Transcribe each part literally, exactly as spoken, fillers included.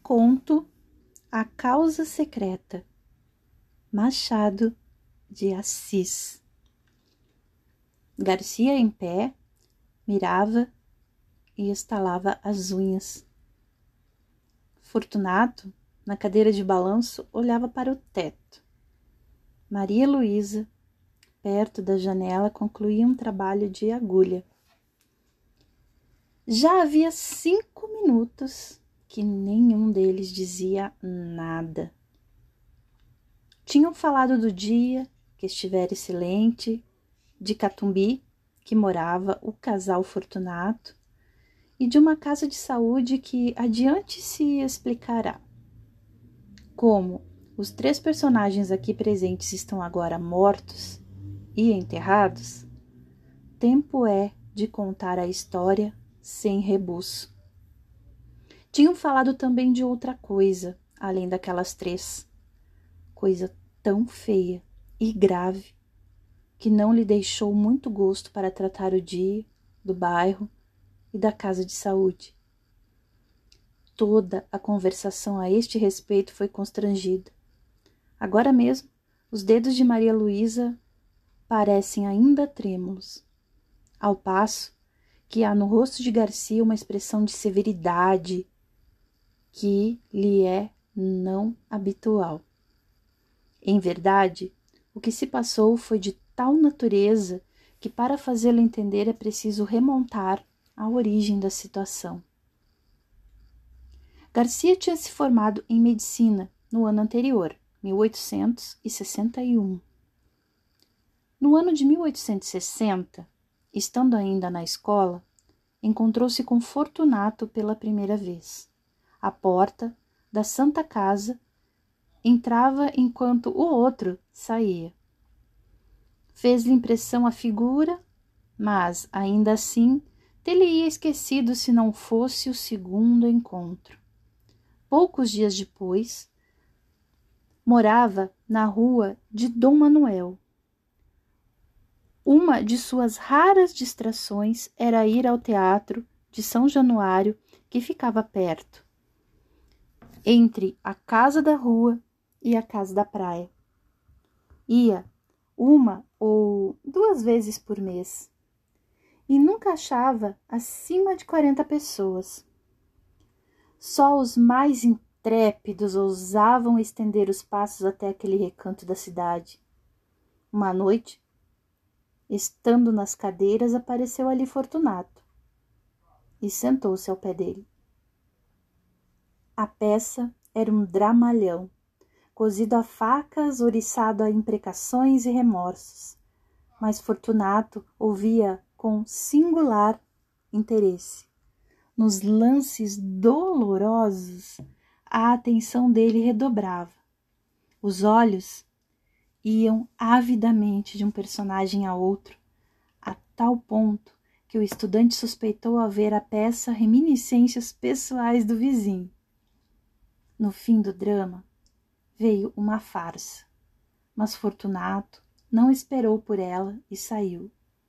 Conto A Causa Secreta, Machado de Assis. Garcia, em pé, mirava e estalava as unhas. Fortunato, na cadeira de balanço, olhava para o teto. Maria Luísa, perto da janela, concluía um trabalho de agulha. Já havia cinco minutos que nenhum deles dizia nada. Tinham falado do dia que estivera excelente, de Catumbi, que morava o casal Fortunato, e de uma casa de saúde que adiante se explicará. Como os três personagens aqui presentes estão agora mortos e enterrados, tempo é de contar a história sem rebuço. Tinham falado também de outra coisa, além daquelas três. Coisa tão feia e grave que não lhe deixou muito gosto para tratar o dia, do bairro e da casa de saúde. Toda a conversação a este respeito foi constrangida. Agora mesmo, os dedos de Maria Luísa parecem ainda trêmulos, ao passo que há no rosto de Garcia uma expressão de severidade que lhe é não habitual. Em verdade, o que se passou foi de tal natureza que para fazê-lo entender é preciso remontar à origem da situação. Garcia tinha se formado em medicina no ano anterior, mil oitocentos e sessenta e um. No ano de mil oitocentos e sessenta, estando ainda na escola, encontrou-se com Fortunato pela primeira vez. À porta da Santa Casa, entrava enquanto o outro saía. Fez-lhe impressão a figura, mas, ainda assim, ter-lhe-ia esquecido se não fosse o segundo encontro. Poucos dias depois, morava na rua de Dom Manuel. Uma de suas raras distrações era ir ao teatro de São Januário, que ficava perto, entre a casa da rua e a casa da praia. Ia uma ou duas vezes por mês e nunca achava acima de quarenta pessoas. Só os mais intrépidos ousavam estender os passos até aquele recanto da cidade. Uma noite, estando nas cadeiras, apareceu ali Fortunato e sentou-se ao pé dele. A peça era um dramalhão, cozido a facas, oriçado a imprecações e remorsos, mas Fortunato ouvia com singular interesse. Nos lances dolorosos, a atenção dele redobrava. Os olhos iam avidamente de um personagem a outro, a tal ponto que o estudante suspeitou haver a peça reminiscências pessoais do vizinho. No fim do drama, veio uma farsa, mas Fortunato não esperou por ela e saiu.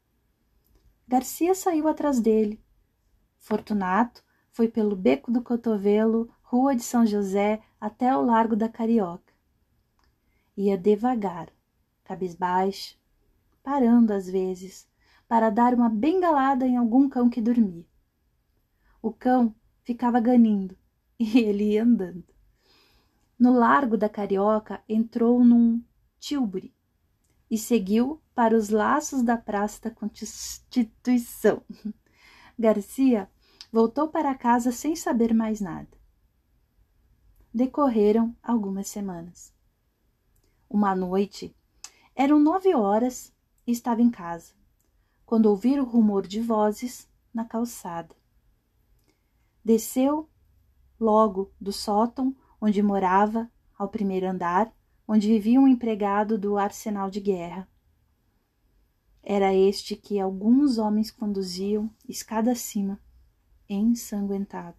Garcia saiu atrás dele. Fortunato foi pelo Beco do Cotovelo, Rua de São José, até o Largo da Carioca. Ia devagar, cabisbaixo, parando às vezes, para dar uma bengalada em algum cão que dormia. O cão ficava ganindo e ele ia andando. No Largo da Carioca entrou num tílburi e seguiu para os laços da Praça da Constituição. Garcia voltou para casa sem saber mais nada. Decorreram algumas semanas. Uma noite, eram nove horas e estava em casa, quando ouviu o rumor de vozes na calçada. Desceu logo do sótão onde morava, ao primeiro andar, onde vivia um empregado do arsenal de guerra. Era este que alguns homens conduziam escada acima, ensanguentado.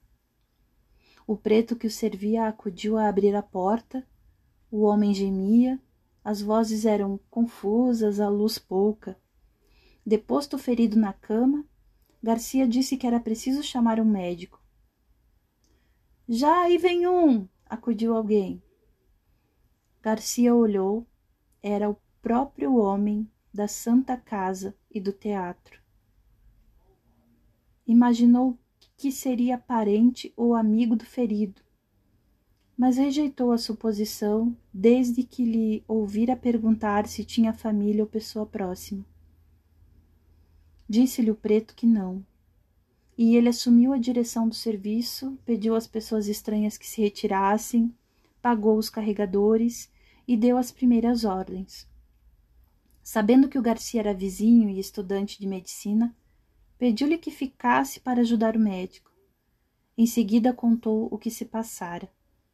O preto que o servia acudiu a abrir a porta, o homem gemia, as vozes eram confusas, a luz pouca. Deposto o ferido na cama, Garcia disse que era preciso chamar um médico. Já aí vem um! Acudiu alguém. Garcia olhou. Era o próprio homem da Santa Casa e do teatro. Imaginou que seria parente ou amigo do ferido, mas rejeitou a suposição desde que lhe ouvira perguntar se tinha família ou pessoa próxima. Disse-lhe o preto que não, e ele assumiu a direção do serviço, pediu às pessoas estranhas que se retirassem, pagou os carregadores e deu as primeiras ordens. Sabendo que o Garcia era vizinho e estudante de medicina, pediu-lhe que ficasse para ajudar o médico. Em seguida contou o que se passara.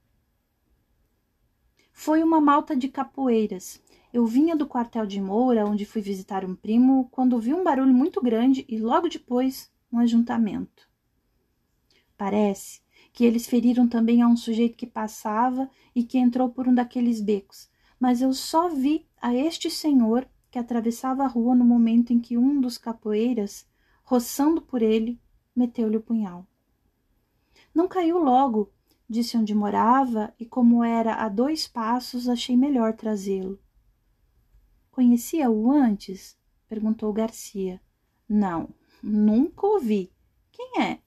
Foi uma malta de capoeiras. Eu vinha do quartel de Moura, onde fui visitar um primo, quando vi um barulho muito grande e logo depois um ajuntamento. Parece que eles feriram também a um sujeito que passava e que entrou por um daqueles becos, mas eu só vi a este senhor que atravessava a rua no momento em que um dos capoeiras, roçando por ele, meteu-lhe o punhal. Não caiu logo, disse onde morava, e como era a dois passos, achei melhor trazê-lo. Conhecia-o antes? Perguntou Garcia. Não, nunca ouvi. Quem é?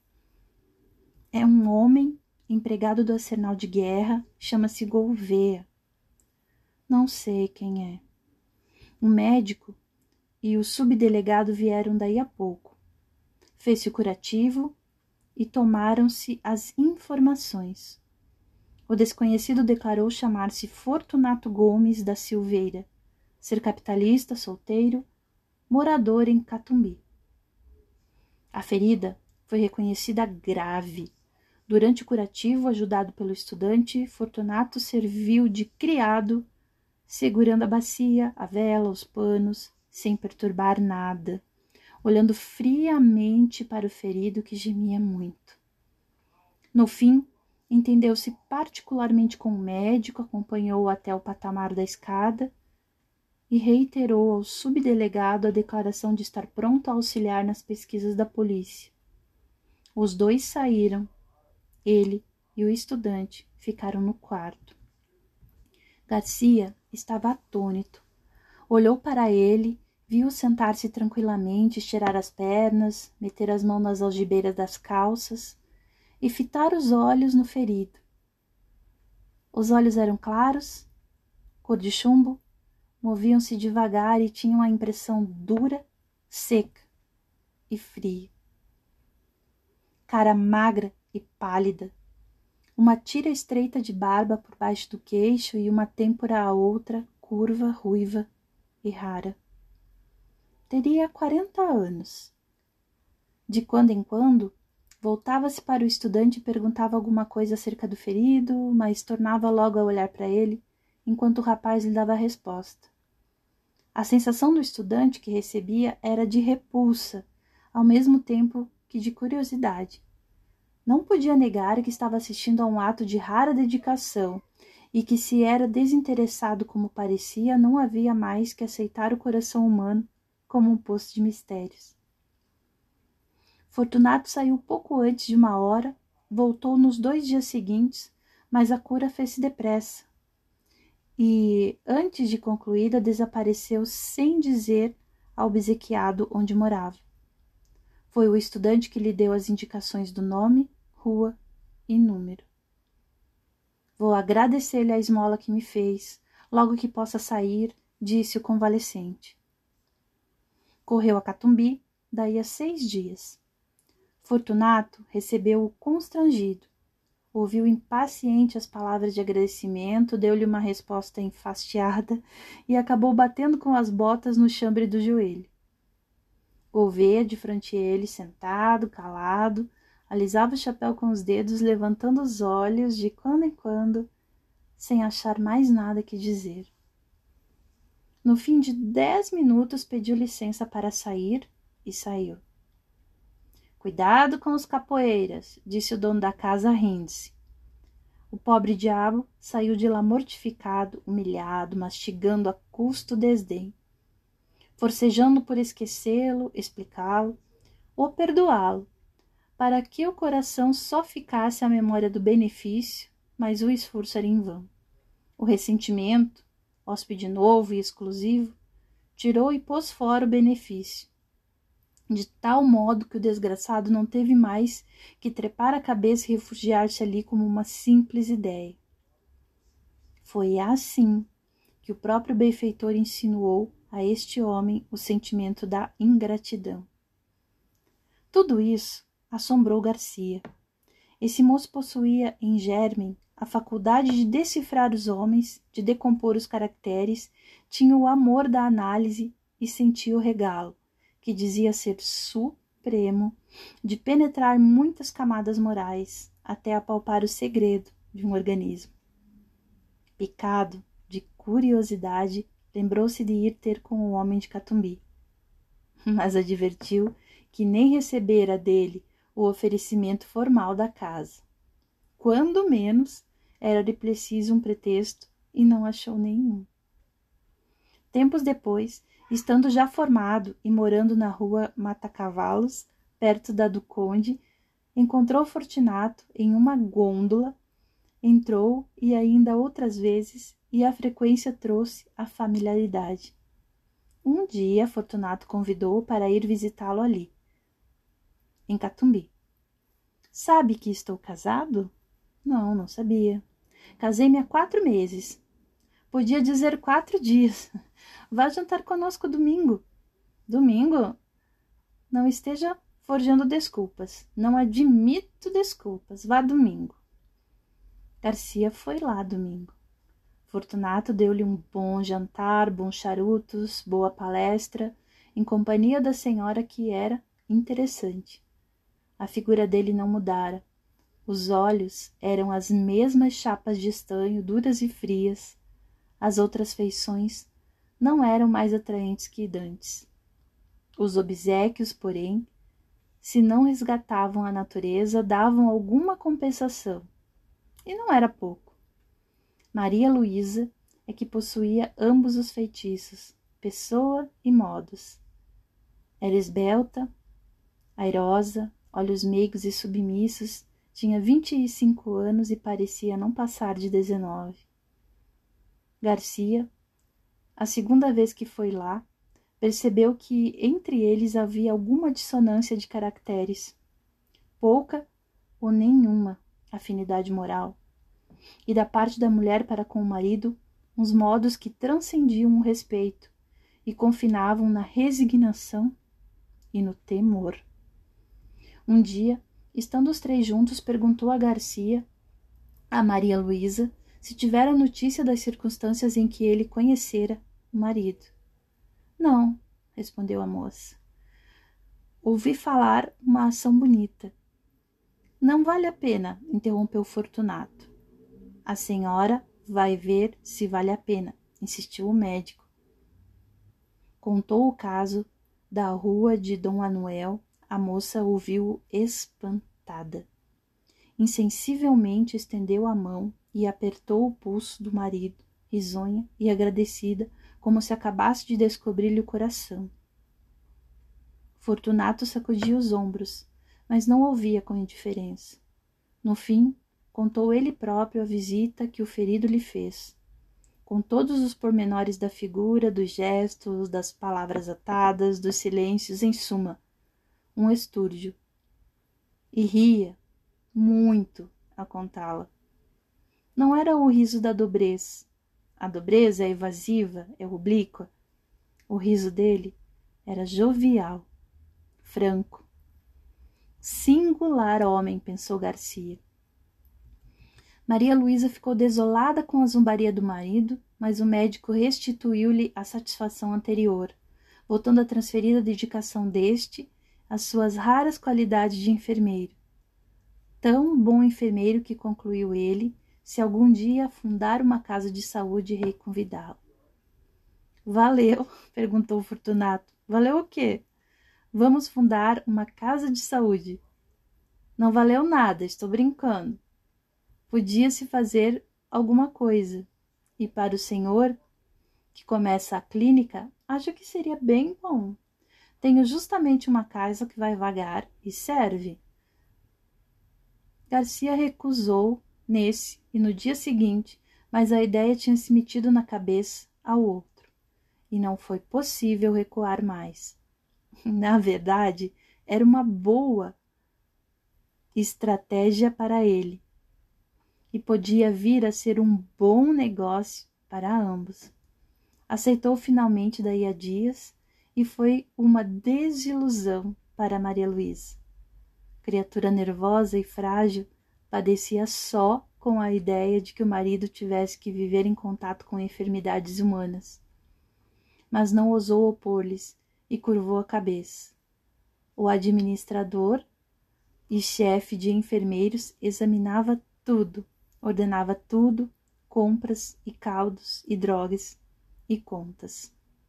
É um homem, empregado do arsenal de guerra, chama-se Gouveia. Não sei quem é. O médico e o subdelegado vieram daí a pouco. Fez-se o curativo e tomaram-se as informações. O desconhecido declarou chamar-se Fortunato Gomes da Silveira, ser capitalista, solteiro, morador em Catumbi. A ferida foi reconhecida grave. Durante o curativo, ajudado pelo estudante, Fortunato serviu de criado, segurando a bacia, a vela, os panos, sem perturbar nada, olhando friamente para o ferido que gemia muito. No fim, entendeu-se particularmente com o médico, acompanhou-o até o patamar da escada e reiterou ao subdelegado a declaração de estar pronto a auxiliar nas pesquisas da polícia. Os dois saíram. Ele e o estudante ficaram no quarto. Garcia estava atônito. Olhou para ele, viu-o sentar-se tranquilamente, estirar as pernas, meter as mãos nas algibeiras das calças e fitar os olhos no ferido. Os olhos eram claros, cor de chumbo, moviam-se devagar e tinham a impressão dura, seca e fria. Cara magra e pálida, uma tira estreita de barba por baixo do queixo e uma têmpora à outra, curva, ruiva e rara. Teria quarenta anos. De quando em quando, voltava-se para o estudante e perguntava alguma coisa acerca do ferido, mas tornava logo a olhar para ele, enquanto o rapaz lhe dava a resposta. A sensação do estudante que recebia era de repulsa, ao mesmo tempo que de curiosidade. Não podia negar que estava assistindo a um ato de rara dedicação e que, se era desinteressado como parecia, não havia mais que aceitar o coração humano como um poço de mistérios. Fortunato saiu pouco antes de uma hora, voltou nos dois dias seguintes, mas a cura fez-se depressa e, antes de concluída, desapareceu sem dizer ao obsequiado onde morava. Foi o estudante que lhe deu as indicações do nome, rua e número. Vou agradecer-lhe a esmola que me fez, logo que possa sair, disse o convalescente. Correu a Catumbi, daí a seis dias. Fortunato recebeu-o constrangido. Ouviu impaciente as palavras de agradecimento, deu-lhe uma resposta enfastiada e acabou batendo com as botas no chambre do joelho. Gouveia, de frente a ele, sentado, calado, alisava o chapéu com os dedos, levantando os olhos de quando em quando, sem achar mais nada que dizer. No fim de dez minutos, pediu licença para sair e saiu. Cuidado com os capoeiras, disse o dono da casa, rindo-se. O pobre diabo saiu de lá mortificado, humilhado, mastigando a custo desdém, forcejando por esquecê-lo, explicá-lo ou perdoá-lo, para que o coração só ficasse a memória do benefício, mas o esforço era em vão. O ressentimento, hóspede novo e exclusivo, tirou e pôs fora o benefício, de tal modo que o desgraçado não teve mais que trepar a cabeça e refugiar-se ali como uma simples ideia. Foi assim que o próprio benfeitor insinuou a este homem o sentimento da ingratidão. Tudo isso assombrou Garcia. Esse moço possuía em germen a faculdade de decifrar os homens, de decompor os caracteres, tinha o amor da análise e sentia o regalo, que dizia ser supremo, de penetrar muitas camadas morais, até apalpar o segredo de um organismo. Picado de curiosidade, lembrou-se de ir ter com o homem de Catumbi, mas advertiu que nem recebera dele o oferecimento formal da casa. Quando menos, era-lhe preciso um pretexto e não achou nenhum. Tempos depois, estando já formado e morando na rua Matacavalos, perto da do Conde, encontrou Fortunato em uma gôndola, entrou e ainda outras vezes, e a frequência trouxe a familiaridade. Um dia, Fortunato convidou-o para ir visitá-lo ali, em Catumbi. Sabe que estou casado? Não, não sabia. Casei-me há quatro meses. Podia dizer quatro dias. Vá jantar conosco domingo. Domingo? Não esteja forjando desculpas. Não admito desculpas. Vá domingo. Garcia foi lá domingo. Fortunato deu-lhe um bom jantar, bons charutos, boa palestra, em companhia da senhora que era interessante. A figura dele não mudara. Os olhos eram as mesmas chapas de estanho, duras e frias. As outras feições não eram mais atraentes que dantes. Os obséquios, porém, se não resgatavam a natureza, davam alguma compensação. E não era pouco. Maria Luísa é que possuía ambos os feitiços, pessoa e modos. Era esbelta, airosa, olhos meigos e submissos, tinha vinte e cinco anos e parecia não passar de dezenove. Garcia, a segunda vez que foi lá, percebeu que entre eles havia alguma dissonância de caracteres, pouca ou nenhuma afinidade moral, e da parte da mulher para com o marido, uns modos que transcendiam o respeito e confinavam na resignação e no temor. Um dia, estando os três juntos, perguntou a Garcia, a Maria Luísa, se tivera notícia das circunstâncias em que ele conhecera o marido. Não, respondeu a moça. Ouvi falar uma ação bonita. Não vale a pena, interrompeu Fortunato. A senhora vai ver se vale a pena, insistiu o médico. Contou o caso da rua de Dom Anuel. A moça ouviu espantada. Insensivelmente estendeu a mão e apertou o pulso do marido, risonha e agradecida, como se acabasse de descobrir-lhe o coração. Fortunato sacudia os ombros, mas não ouvia com indiferença. No fim, contou ele próprio a visita que o ferido lhe fez, com todos os pormenores da figura, dos gestos, das palavras atadas, dos silêncios, em suma, um estúrdio. E ria, muito, a contá-la. Não era o riso da dobrez. A dobrez é evasiva, é oblíqua. O riso dele era jovial, franco. Singular homem, pensou Garcia. Maria Luísa ficou desolada com a zombaria do marido, mas o médico restituiu-lhe a satisfação anterior, voltando a transferir a dedicação deste às suas raras qualidades de enfermeiro. Tão bom enfermeiro que, concluiu ele, se algum dia fundar uma casa de saúde, irei convidá-lo. Valeu? Perguntou Fortunato. Valeu o quê? Vamos fundar uma casa de saúde. Não valeu nada, estou brincando. Podia-se fazer alguma coisa. E para o senhor, que começa a clínica, acho que seria bem bom. Tenho justamente uma casa que vai vagar e serve. Garcia recusou nesse e no dia seguinte, mas a ideia tinha se metido na cabeça ao outro, e não foi possível recuar mais. Na verdade, era uma boa estratégia para ele, e podia vir a ser um bom negócio para ambos. Aceitou finalmente daí a dias, e foi uma desilusão para Maria Luísa. Criatura nervosa e frágil, padecia só com a ideia de que o marido tivesse que viver em contato com enfermidades humanas. Mas não ousou opor-lhes e curvou a cabeça. O administrador e chefe de enfermeiros examinava tudo, ordenava tudo, compras e caldos e drogas e contas.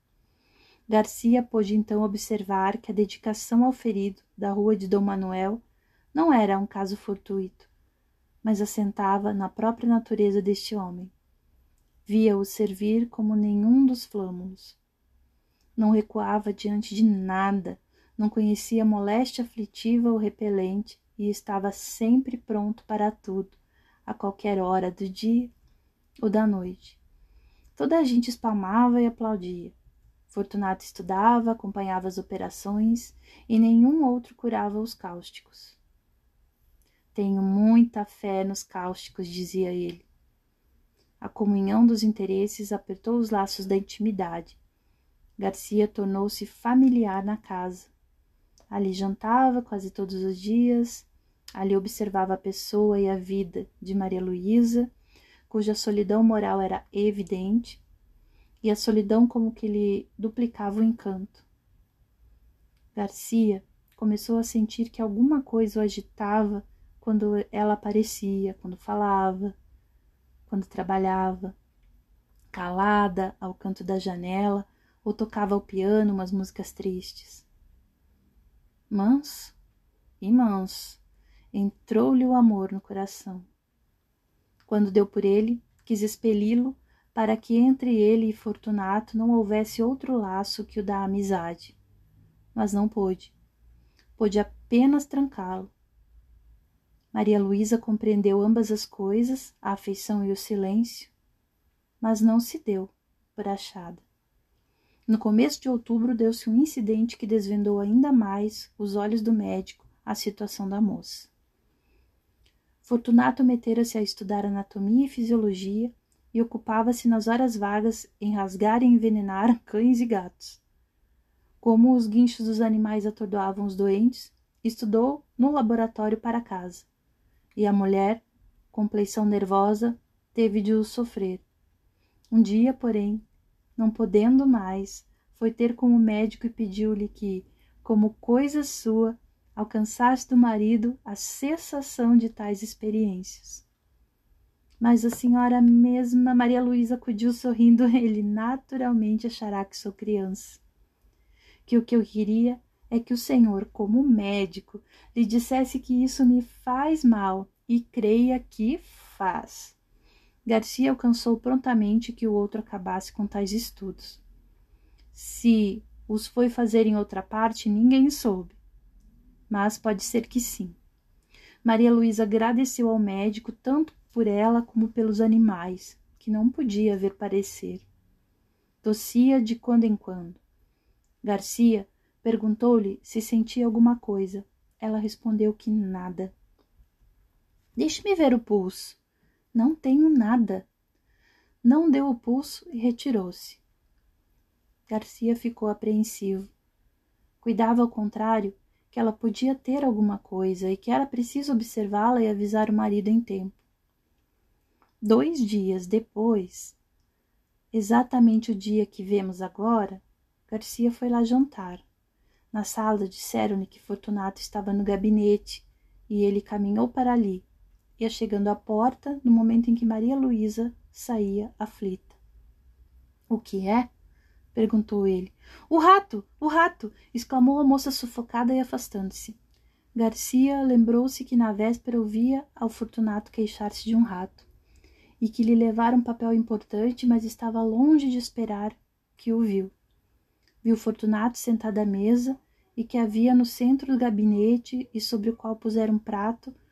Garcia pôde então observar que a dedicação ao ferido da rua de Dom Manuel não era um caso fortuito, mas assentava na própria natureza deste homem. Via-o servir como nenhum dos flâmulos. Não recuava diante de nada, não conhecia moléstia aflitiva ou repelente e estava sempre pronto para tudo, a qualquer hora do dia ou da noite. Toda a gente espalmava e aplaudia. Fortunato estudava, acompanhava as operações e nenhum outro curava os cáusticos. Tenho muita fé nos cáusticos, dizia ele. A comunhão dos interesses apertou os laços da intimidade. Garcia tornou-se familiar na casa. Ali jantava quase todos os dias, ali observava a pessoa e a vida de Maria Luísa, cuja solidão moral era evidente, e a solidão como que lhe duplicava o encanto. Garcia começou a sentir que alguma coisa o agitava quando ela aparecia, quando falava, quando trabalhava, calada ao canto da janela, ou tocava ao piano umas músicas tristes. Manso e manso, entrou-lhe o amor no coração. Quando deu por ele, quis expeli-lo para que entre ele e Fortunato não houvesse outro laço que o da amizade. Mas não pôde. Pôde apenas trancá-lo. Maria Luísa compreendeu ambas as coisas, a afeição e o silêncio, mas não se deu por achada. No começo de outubro deu-se um incidente que desvendou ainda mais os olhos do médico à situação da moça. Fortunato metera-se a estudar anatomia e fisiologia e ocupava-se nas horas vagas em rasgar e envenenar cães e gatos. Como os guinchos dos animais atordoavam os doentes, estudou no laboratório para casa. E a mulher, compleição nervosa, teve de o sofrer. Um dia, porém, não podendo mais, foi ter com o médico e pediu-lhe que, como coisa sua, alcançasse do marido a cessação de tais experiências. Mas a senhora mesma, Maria Luísa, acudiu sorrindo, ele naturalmente achará que sou criança. Que o que eu queria é que o senhor, como médico, lhe dissesse que isso me faz mal, e creia que faz. Garcia alcançou prontamente que o outro acabasse com tais estudos. Se os foi fazer em outra parte, ninguém soube. Mas pode ser que sim. Maria Luísa agradeceu ao médico tanto por ela como pelos animais, que não podia ver parecer. Tossia de quando em quando. Garcia perguntou-lhe se sentia alguma coisa. Ela respondeu que nada. Deixe-me ver o pulso. Não tenho nada. Não deu o pulso e retirou-se. Garcia ficou apreensivo. Cuidava, ao contrário, que ela podia ter alguma coisa e que era preciso observá-la e avisar o marido em tempo. Dois dias depois, exatamente o dia que vemos agora, Garcia foi lá jantar. Na sala disseram-lhe que Fortunato estava no gabinete e ele caminhou para ali, ia chegando à porta no momento em que Maria Luísa saía aflita. — O que é? — perguntou ele. — O rato! O rato! — exclamou a moça sufocada e afastando-se. Garcia lembrou-se que na véspera ouvia ao Fortunato queixar-se de um rato e que lhe levara um papel importante, mas estava longe de esperar que o viu. Viu Fortunato sentado à mesa e que havia no centro do gabinete e sobre o qual pusera um prato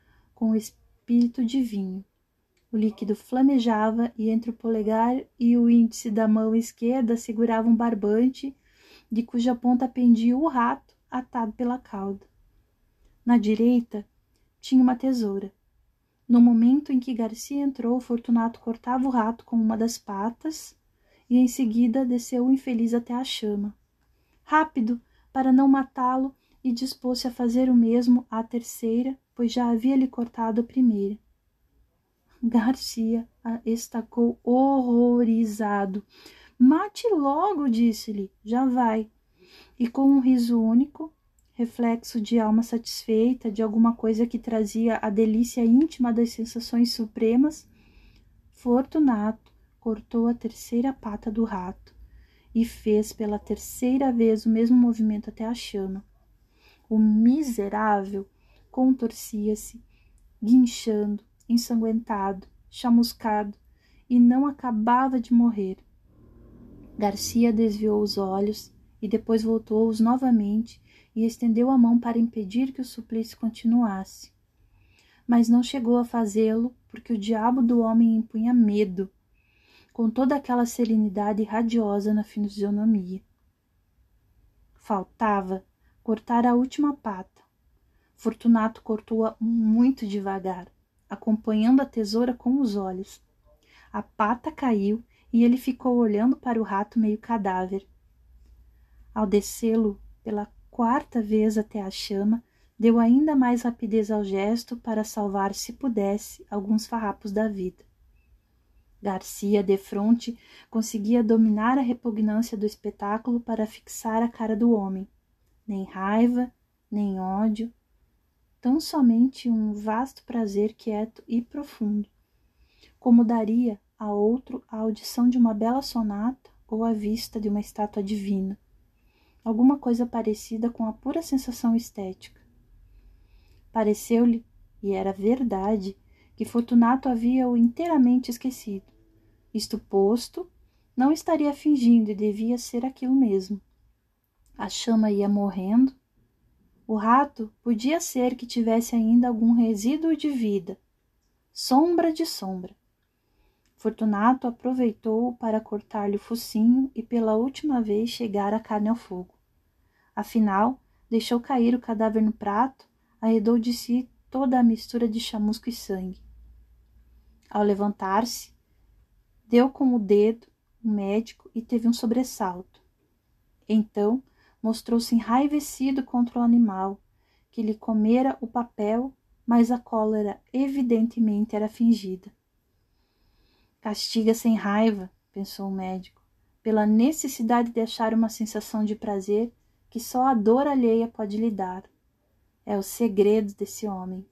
com o espírito divino. O líquido flamejava e entre o polegar e o índice da mão esquerda segurava um barbante, de cuja ponta pendia o rato atado pela cauda. Na direita tinha uma tesoura. No momento em que Garcia entrou, Fortunato cortava o rato com uma das patas e em seguida desceu o infeliz até a chama. Rápido, para não matá-lo, e dispôs-se a fazer o mesmo à terceira, pois já havia-lhe cortado a primeira. Garcia estacou horrorizado. Mate logo, disse-lhe, já vai. E com um riso único, reflexo de alma satisfeita, de alguma coisa que trazia a delícia íntima das sensações supremas, Fortunato cortou a terceira pata do rato e fez pela terceira vez o mesmo movimento até a chama. O miserável contorcia-se, guinchando, ensanguentado, chamuscado, e não acabava de morrer. Garcia desviou os olhos e depois voltou-os novamente e estendeu a mão para impedir que o suplício continuasse. Mas não chegou a fazê-lo, porque o diabo do homem impunha medo, com toda aquela serenidade radiosa na fisionomia. Faltava cortar a última pata. Fortunato cortou-a muito devagar, acompanhando a tesoura com os olhos. A pata caiu e ele ficou olhando para o rato meio cadáver. Ao descê-lo pela quarta vez até a chama, deu ainda mais rapidez ao gesto para salvar, se pudesse, alguns farrapos da vida. Garcia, defronte, conseguia dominar a repugnância do espetáculo para fixar a cara do homem. Nem raiva, nem ódio, tão somente um vasto prazer quieto e profundo, como daria a outro a audição de uma bela sonata ou a vista de uma estátua divina, alguma coisa parecida com a pura sensação estética. Pareceu-lhe, e era verdade, que Fortunato havia-o inteiramente esquecido. Isto posto, não estaria fingindo e devia ser aquilo mesmo. A chama ia morrendo. O rato podia ser que tivesse ainda algum resíduo de vida, sombra de sombra. Fortunato aproveitou-o para cortar-lhe o focinho e pela última vez chegar a carne ao fogo. Afinal, deixou cair o cadáver no prato, arredou de si toda a mistura de chamusco e sangue. Ao levantar-se, deu com o dedo o médico e teve um sobressalto. Então, mostrou-se enraivecido contra o animal, que lhe comera o papel, mas a cólera evidentemente era fingida. Castiga sem raiva, pensou o médico, pela necessidade de achar uma sensação de prazer que só a dor alheia pode lhe dar. É o segredo desse homem.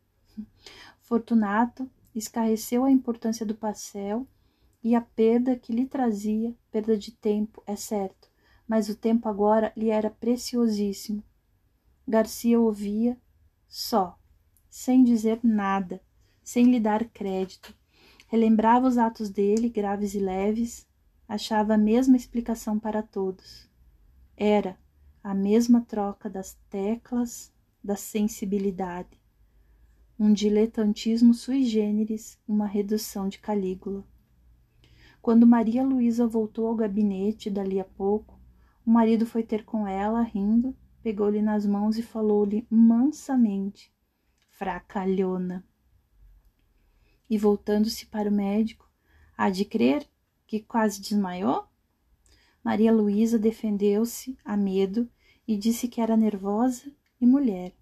Fortunato escarreceu a importância do pastel e a perda que lhe trazia, perda de tempo, é certo, mas o tempo agora lhe era preciosíssimo. Garcia ouvia só, sem dizer nada, sem lhe dar crédito. Relembrava os atos dele, graves e leves, achava a mesma explicação para todos. Era a mesma troca das teclas da sensibilidade. Um diletantismo sui generis, uma redução de Calígula. Quando Maria Luísa voltou ao gabinete dali a pouco, o marido foi ter com ela, rindo, pegou-lhe nas mãos e falou-lhe mansamente: fracalhona. E voltando-se para o médico: há de crer que quase desmaiou? Maria Luísa defendeu-se a medo e disse que era nervosa e mulher.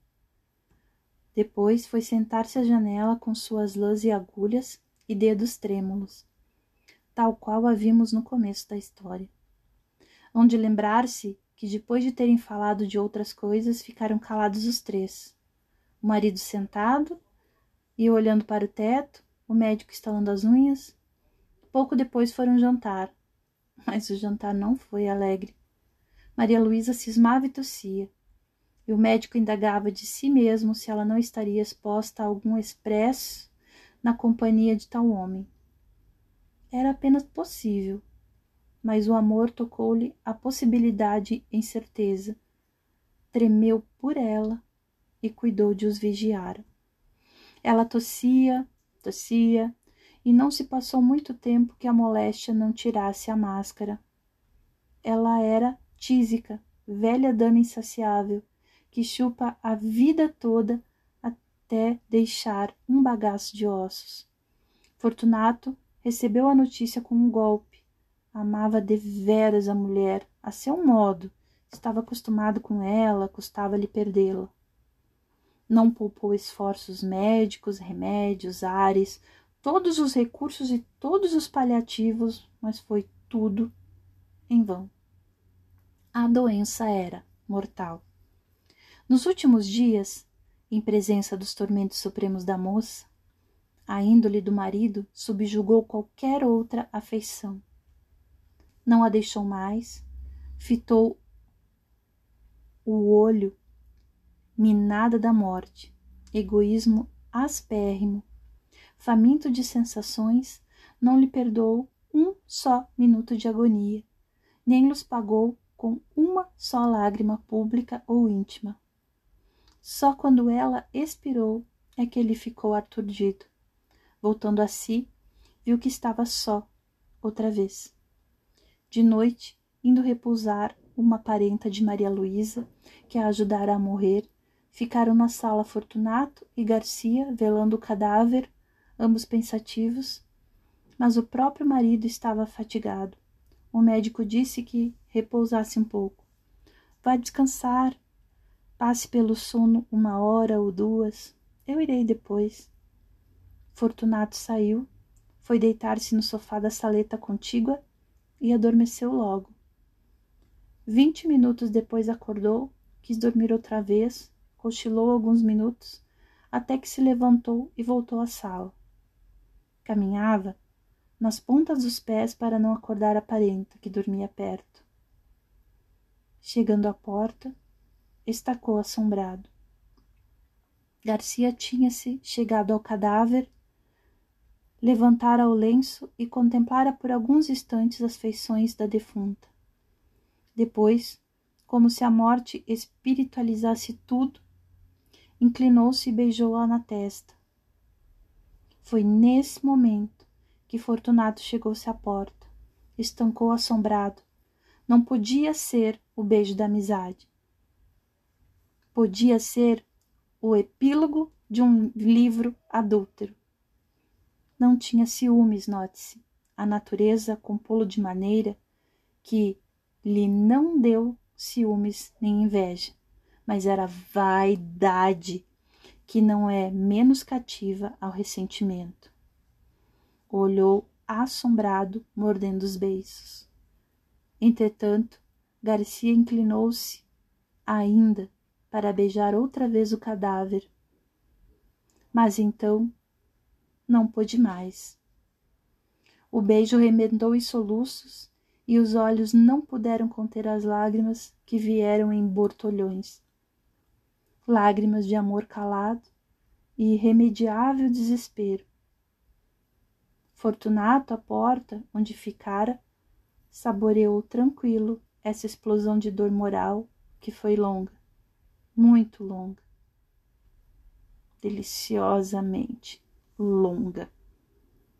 Depois foi sentar-se à janela com suas lãs e agulhas e dedos trêmulos, tal qual a vimos no começo da história. Hão de lembrar-se que depois de terem falado de outras coisas, ficaram calados os três. O marido sentado e olhando para o teto, o médico estalando as unhas. Pouco depois foram jantar, mas o jantar não foi alegre. Maria Luísa cismava e tossia, e o médico indagava de si mesmo se ela não estaria exposta a algum expresso na companhia de tal homem. Era apenas possível, mas o amor tocou-lhe a possibilidade em certeza, tremeu por ela e cuidou de os vigiar. Ela tossia, tossia, e não se passou muito tempo que a moléstia não tirasse a máscara. Ela era Tísica, velha dama insaciável, que chupa a vida toda até deixar um bagaço de ossos. Fortunato recebeu a notícia com um golpe. Amava deveras a mulher, a seu modo. Estava acostumado com ela, custava-lhe perdê-la. Não poupou esforços médicos, remédios, ares, todos os recursos e todos os paliativos, mas foi tudo em vão. A doença era mortal. Nos últimos dias, em presença dos tormentos supremos da moça, a índole do marido subjugou qualquer outra afeição. Não a deixou mais, fitou o olho minada da morte, egoísmo aspérrimo, faminto de sensações, não lhe perdoou um só minuto de agonia, nem lhes pagou com uma só lágrima pública ou íntima. Só quando ela expirou é que ele ficou aturdido. Voltando a si, viu que estava só, outra vez. De noite, indo repousar uma parenta de Maria Luísa, que a ajudara a morrer, ficaram na sala Fortunato e Garcia, velando o cadáver, ambos pensativos, mas o próprio marido estava fatigado. O médico disse que repousasse um pouco. Vá descansar, passe pelo sono uma hora ou duas, eu irei depois. Fortunato saiu, foi deitar-se no sofá da saleta contígua e adormeceu logo. Vinte minutos depois acordou, quis dormir outra vez, cochilou alguns minutos, até que se levantou e voltou à sala. Caminhava nas pontas dos pés para não acordar a parenta, que dormia perto. Chegando à porta, estacou assombrado. Garcia tinha-se chegado ao cadáver, levantara o lenço e contemplara por alguns instantes as feições da defunta. Depois, como se a morte espiritualizasse tudo, inclinou-se e beijou-a na testa. Foi nesse momento que Fortunato chegou-se à porta, estancou assombrado. Não podia ser o beijo da amizade. Podia ser o epílogo de um livro adúltero. Não tinha ciúmes, note-se. A natureza compô-lo de maneira que lhe não deu ciúmes nem inveja, mas era vaidade, que não é menos cativa ao ressentimento. Olhou assombrado, mordendo os beiços. Entretanto, Garcia inclinou-se ainda para beijar outra vez o cadáver. Mas então não pôde mais. O beijo remendou em soluços e os olhos não puderam conter as lágrimas que vieram em bortolhões. Lágrimas de amor calado e irremediável desespero. Fortunato, à porta onde ficara, saboreou tranquilo essa explosão de dor moral que foi longa, muito longa, deliciosamente longa.